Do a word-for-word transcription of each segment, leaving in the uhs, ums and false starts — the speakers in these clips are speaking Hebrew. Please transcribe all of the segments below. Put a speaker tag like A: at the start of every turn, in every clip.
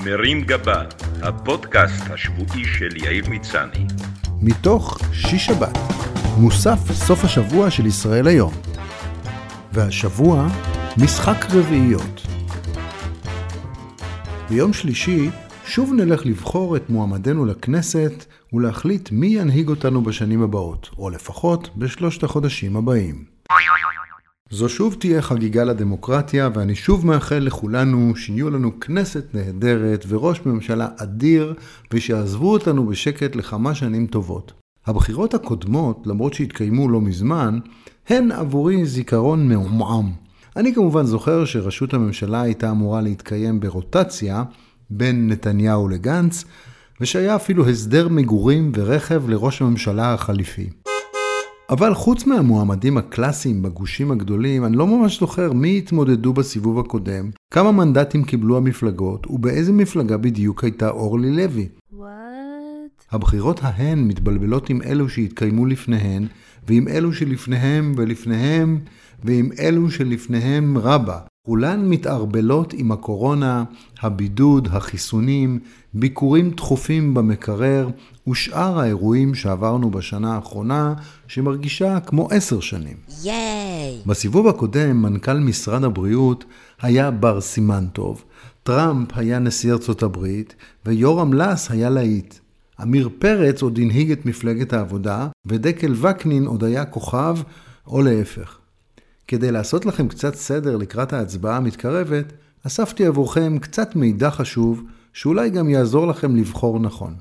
A: מרים גבה, הפודקאסט השבועי של יאיר מצני.
B: מתוך שיש שבת, מוסף סוף השבוע של ישראל היום. והשבוע, משחק רביעיות. ביום שלישי, שוב נלך לבחור את מועמדנו לכנסת ולהחליט מי ינהיג אותנו בשנים הבאות, או לפחות בשלושת החודשים הבאים. זו שוב תהיה חגיגה לדמוקרטיה, ואני שוב מאחל לכולנו שיהיו לנו כנסת נהדרת וראש ממשלה אדיר, ושיעזבו אותנו בשקט לכמה שנים טובות. הבחירות הקודמות, למרות שהתקיימו לא מזמן, הן עבורי זיכרון מעומעם. אני כמובן זוכר שראשות הממשלה הייתה אמורה להתקיים ברוטציה בין נתניהו לגנץ, ושהיה אפילו הסדר מגורים ורכב לראש הממשלה החליפי. אבל חוץ מהמועמדים הקלאסיים בגושים הגדולים, אני לא ממש זוכר מי התמודדו בסיבוב הקודם, כמה מנדטים קיבלו המפלגות, ובאיזה מפלגה בדיוק הייתה אורלי לוי. What? הבחירות ההן מתבלבלות עם אלו שהתקיימו לפניהן, ועם אלו שלפניהם ולפניהם, ועם אלו שלפניהם רבה. כולן מתערבלות עם הקורונה, הבידוד, החיסונים, ביקורים תכופים במקרר, ושאר האירועים שעברנו בשנה האחרונה, שמרגישה כמו עשר שנים. ייי! בסיבוב הקודם, מנכ"ל משרד הבריאות היה בר סימן טוב, טראמפ היה נשיא ארצות הברית, ויורם לס היה להיט. אמיר פרץ עוד הנהיג את מפלגת העבודה, ודקל וקנין עוד היה כוכב, או להפך. כדי לעשות לכם קצת סדר לקראת ההצבעה המתקרבת, אספתי עבורכם קצת מידע חשוב, שאולי גם יעזור לכם לבחור נכון.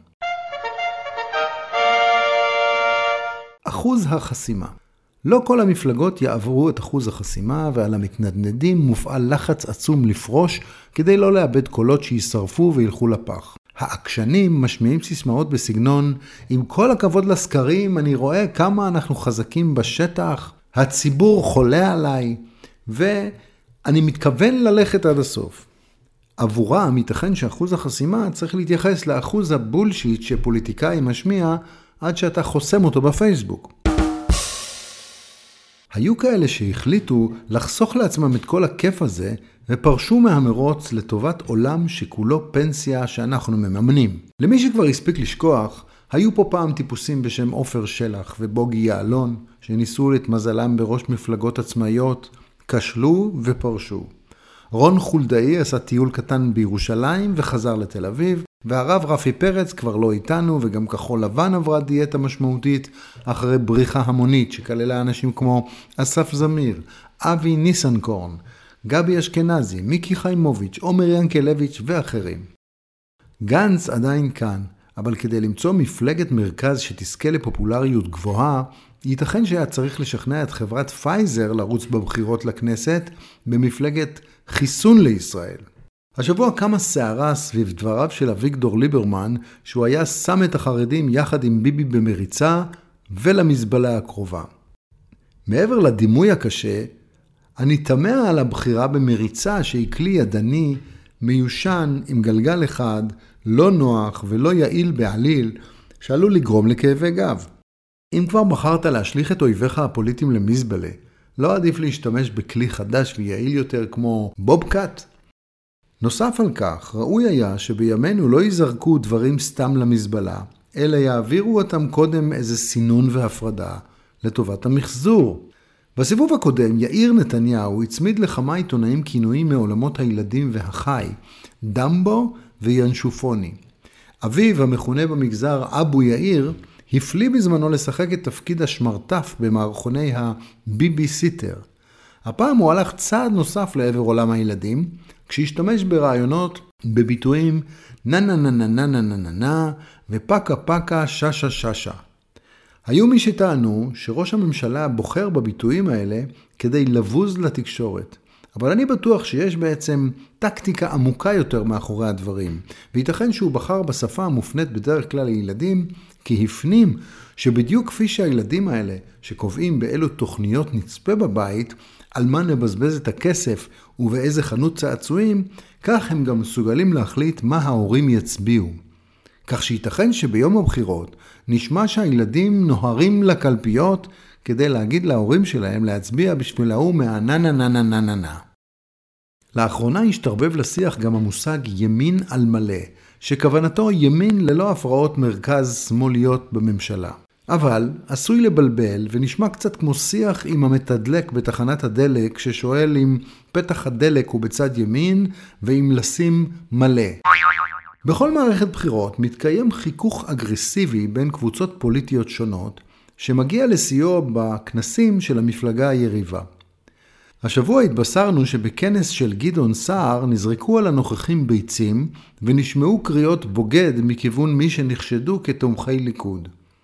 B: אחוז החסימה. לא כל המפלגות יעברו את אחוז החסימה, ועל המתנדנדים מופעל לחץ עצום לפרוש, כדי לא לאבד קולות שישרפו וילכו לפח. העקשנים משמיעים סיסמאות בסגנון, עם כל הכבוד לסקרים, אני רואה כמה אנחנו חזקים בשטח, הציבור חולה עליי, ואני מתכוון ללכת עד הסוף. עבורם ייתכן שאחוז החסימה צריך להתייחס לאחוז הבולשיט שפוליטיקאי משמיע עד שאתה חוסם אותו בפייסבוק. היו כאלה שהחליטו לחסוך לעצמם את כל הכיף הזה ופרשו מהמרוץ לטובת עולם שכולו פנסיה שאנחנו מממנים. למי שכבר הספיק לשכוח, היו פה פעם טיפוסים בשם עופר שלח ובוגי יעלון שניסו את מזלם בראש מפלגות עצמאיות, כשלו ופרשו. רון חולדאי עשה טיול קטן בירושלים וחזר לתל אביב, והרב רפי פרץ כבר לא איתנו, וגם כחול לבן עברה דיאטה משמעותית אחרי בריחה המונית שכללה אנשים כמו אסף זמיר, אבי ניסנקורן, גבי אשכנזי, מיקי חיימוביץ', עומר ינקלביץ' ואחרים. גנץ עדיין כאן, אבל כדי למצוא מפלגת מרכז שתזכה לפופולריות גבוהה, ייתכן שהיה צריך לשכנע את חברת פייזר לרוץ בבחירות לכנסת במפלגת חיסון לישראל. השבוע קמה סערה סביב דבריו של אביגדור ליברמן, שהוא היה שם את החרדים יחד עם ביבי במריצה ולמזבלה הקרובה. מעבר לדימוי הקשה, אני תמה על הבחירה במריצה שהיא כלי ידני, מיושן עם גלגל אחד, לא נוח ולא יעיל בעליל, שעלול לגרום לכאבי גב. אם כבר בחרת להשליך את אויביך הפוליטיים למזבלה, לא עדיף להשתמש בכלי חדש ויעיל יותר כמו בובקאט? נוסף על כך, ראוי היה שבימינו לא יזרקו דברים סתם למזבלה, אלא יעבירו אותם קודם איזה סינון והפרדה לטובת המחזור. בסיבוב הקודם, יאיר נתניהו הצמיד לכמה עיתונאים כינויים מעולמות הילדים והחי, דמבו וינשופוני. אביו, המכונה במגזר אבו יאיר, הפליא בזמנו לשחק את תפקיד השמרטף במערכוני הביביסיטר. הפעם הוא הלך צעד נוסף לעבר עולם הילדים, כשהשתמש ברעיונות בביטויים נה נה נה נה נה נה נה נה נה ופקה פקה ששה ששה. היו מי שטענו שראש הממשלה בוחר בביטויים האלה כדי לבוז לתקשורת. אבל אני בטוח שיש בעצם טקטיקה עמוקה יותר מאחורי הדברים, וייתכן שהוא בחר בשפה המופנית בדרך כלל לילדים, כי הפנים שבדיוק כפי שהילדים האלה שקובעים באילו תוכניות נצפה בבית, על מה נבזבז את הכסף ובאיזה חנות צעצועים, כך הם גם מסוגלים להחליט מה ההורים יצביעו. כך שייתכן שביום הבחירות נשמע שהילדים נוהרים לקלפיות כדי להגיד להורים שלהם להצביע בשביל ההוא מהנה נה נה נה נה נה. לאחרונה השתרבב לשיח גם המושג ימין על מלא, שכוונתו ימין ללא הפרעות מרכז שמאליות בממשלה. אבל עשוי לבלבל ונשמע קצת כמו שיח עם המתדלק בתחנת הדלק ששואל אם פתח הדלק הוא בצד ימין ואם לשים מלא. בכל מערכת בחירות מתקיים חיכוך אגרסיבי בין קבוצות פוליטיות שונות שמגיע לסיוע בכנסים של המפלגה היריבה. השבוע התבשרנו שבכנס של גדעון סער נזרקו על הנוכחים ביצים ונשמעו קריאות בוגד מכיוון מי שנחשדו כתומכי ליכוד.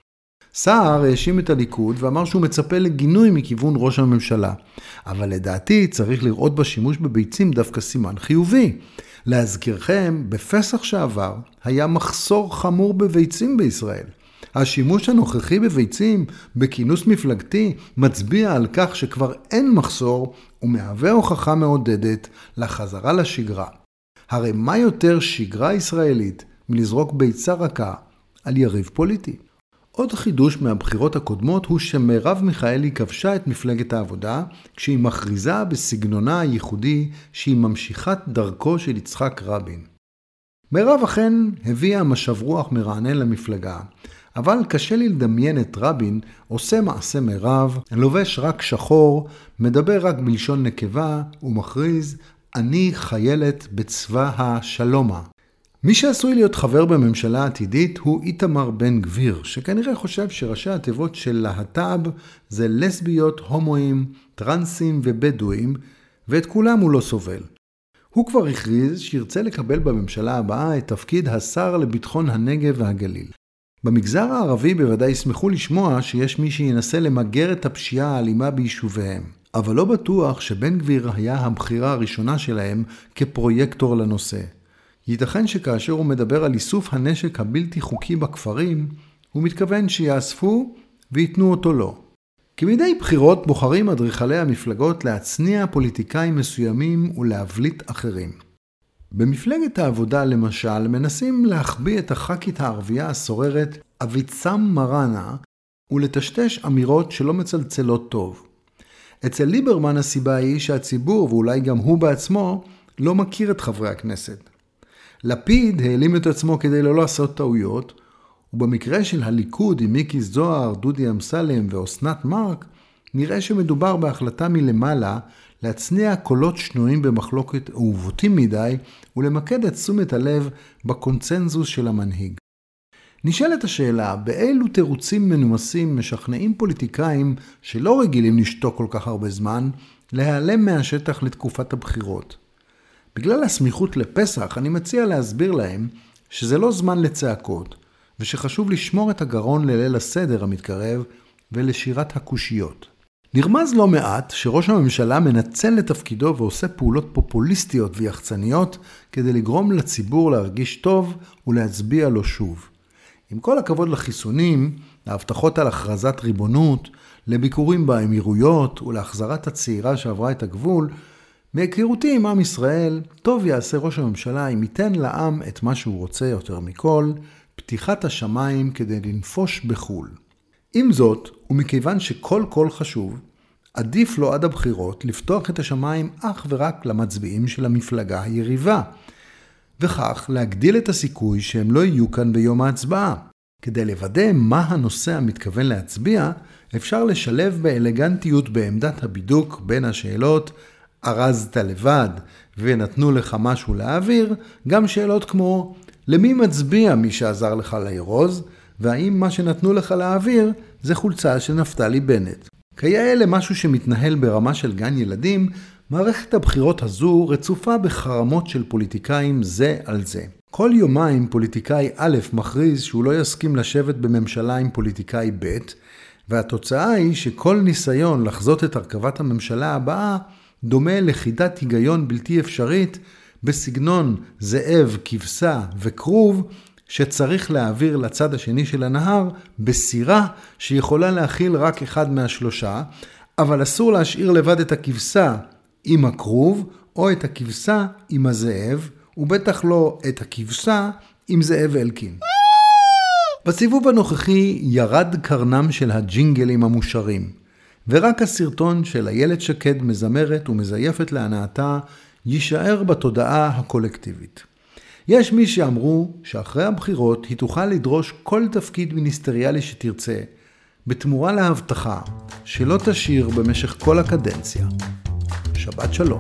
B: סער האשים את הליכוד ואמר שהוא מצפה לגינוי מכיוון ראש הממשלה. אבל לדעתי צריך לראות בשימוש בביצים דווקא סימן חיובי. להזכירכם, בפסח שעבר היה מחסור חמור בביצים בישראל. השימוש הנוכחי בביצים בכינוס מפלגתי מצביע על כך שכבר אין מחסור ומהווה הוכחה מעודדת לחזרה לשגרה. הרי מה יותר שגרה ישראלית מלזרוק ביצה רכה על יריב פוליטי? עוד חידוש מהבחירות הקודמות הוא שמרב מיכאלי כבשה את מפלגת העבודה כשהיא מכריזה בסגנונה הייחודי שהיא ממשיכת דרכו של יצחק רבין. מרב אכן הביאה משב רוח מרענן למפלגה, אבל קשה לי לדמיין את רבין עושה מעשה מרב, לובש רק שחור, מדבר רק בלשון נקבה ומכריז אני חיילת בצבא השלומה. מי שעשוי להיות חבר בממשלה העתידית הוא איתמר בן גביר, שכנראה חושב שראשי התיבות של להט"ב זה לסביות, הומואים, טרנסים ובדואים, ואת כולם הוא לא סובל. הוא כבר הכריז שירצה לקבל בממשלה הבאה את תפקיד השר לביטחון הנגב והגליל. במגזר הערבי בוודאי ישמחו לשמוע שיש מי שינסה למגר את הפשיעה האלימה ביישוביהם. אבל לא בטוח שבן גביר היה הבחירה הראשונה שלהם כפרויקטור לנושא. ייתכן שכאשר הוא מדבר על איסוף הנשק הבלתי חוקי בכפרים, הוא מתכוון שיאספו ויתנו אותו לו. כמדי בחירות בוחרים אדריכלי המפלגות להצניע פוליטיקאים מסוימים ולהבליט אחרים. במפלגת העבודה למשל מנסים להחביא את הח"כית הערבייה הסוררת אביצם מראנה ולטשטש אמירות שלא מצלצלות טוב. אצל ליברמן הסיבה היא שהציבור ואולי גם הוא בעצמו לא מכיר את חברי הכנסת. לפיד העלים את עצמו כדי לא לעשות טעויות, ובמקרה של הליכוד עם מיקי זוהר, דודי אמסלם ואוסנת מארק, נראה שמדובר בהחלטה מלמעלה להצניע קולות שנויים במחלוקת אהובותים מדי ולמקד את תשומת הלב בקונצנזוס של המנהיג. נשאלת השאלה, באילו תירוצים מנומסים משכנעים פוליטיקאים שלא רגילים לשתוק כל כך הרבה זמן, להיעלם מהשטח לתקופת הבחירות. בגלל הסמיכות לפסח אני מציע להסביר להם שזה לא זמן לצעקות, ושחשוב לשמור את הגרון לליל הסדר המתקרב ולשירת הקושיות. נרמז לא מעט שראש הממשלה מנצל לתפקידו ועושה פעולות פופוליסטיות ויחצניות כדי לגרום לציבור להרגיש טוב ולהצביע לו שוב. עם כל הכבוד לחיסונים, להבטחות על הכרזת ריבונות, לביקורים באמירויות ולהחזרת הצעירה שעברה את הגבול, מהיכרותי עם עם ישראל, טוב יעשה ראש הממשלה אם ייתן לעם את מה שהוא רוצה יותר מכל, פתיחת השמיים כדי לנפוש בחול. עם זאת, ומכיוון שכל קול חשוב, עדיף לו עד הבחירות לפתוח את השמיים אך ורק למצביעים של המפלגה היריבה, וכך להגדיל את הסיכוי שהם לא יהיו כאן ביום ההצבעה. כדי לוודא מה הנושא המתכוון להצביע, אפשר לשלב באלגנטיות בעמדת הבידוק בין השאלות ארזת לבד ונתנו לך משהו להעביר, גם שאלות כמו למי מצביע מי שעזר לך לארוז, והאם מה שנתנו לך להעביר זה חולצה של נפתלי בנט. כיאה למשהו שמתנהל ברמה של גן ילדים, מערכת הבחירות הזו רצופה בחרמות של פוליטיקאים זה על זה. כל יומיים פוליטיקאי א' מכריז שהוא לא יסכים לשבת בממשלה עם פוליטיקאי ב', והתוצאה היא שכל ניסיון לחזות את הרכבת הממשלה הבאה דומה לחידת היגיון בלתי אפשרית בסגנון זאב, כבשה וכרוב שצריך להעביר לצד השני של הנהר בסירה שיכולה להכיל רק אחד מהשלושה, אבל אסור להשאיר לבד את הכבשה עם הכרוב או את הכבשה עם הזאב, ובטח לא את הכבשה עם זאב אלקין. בסיבוב הנוכחי ירד קרנם של הג'ינגלים המושרים, ורק הסרטון של איילת שקד מזמרת ומזייפת להנאתה יישאר בתודעה הקולקטיבית. יש מי שאמרו שאחרי הבחירות היא תוכל לדרוש כל תפקיד מיניסטריאלי שתרצה, בתמורה להבטחה שלא תשאיר במשך כל הקדנציה. שבת שלום.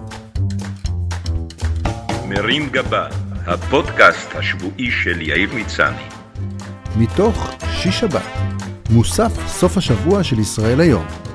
A: מרים גבה, הפודקאסט השבועי של יאיר מצני.
B: מתוך שיש שבת, מוסף סוף השבוע של ישראל היום.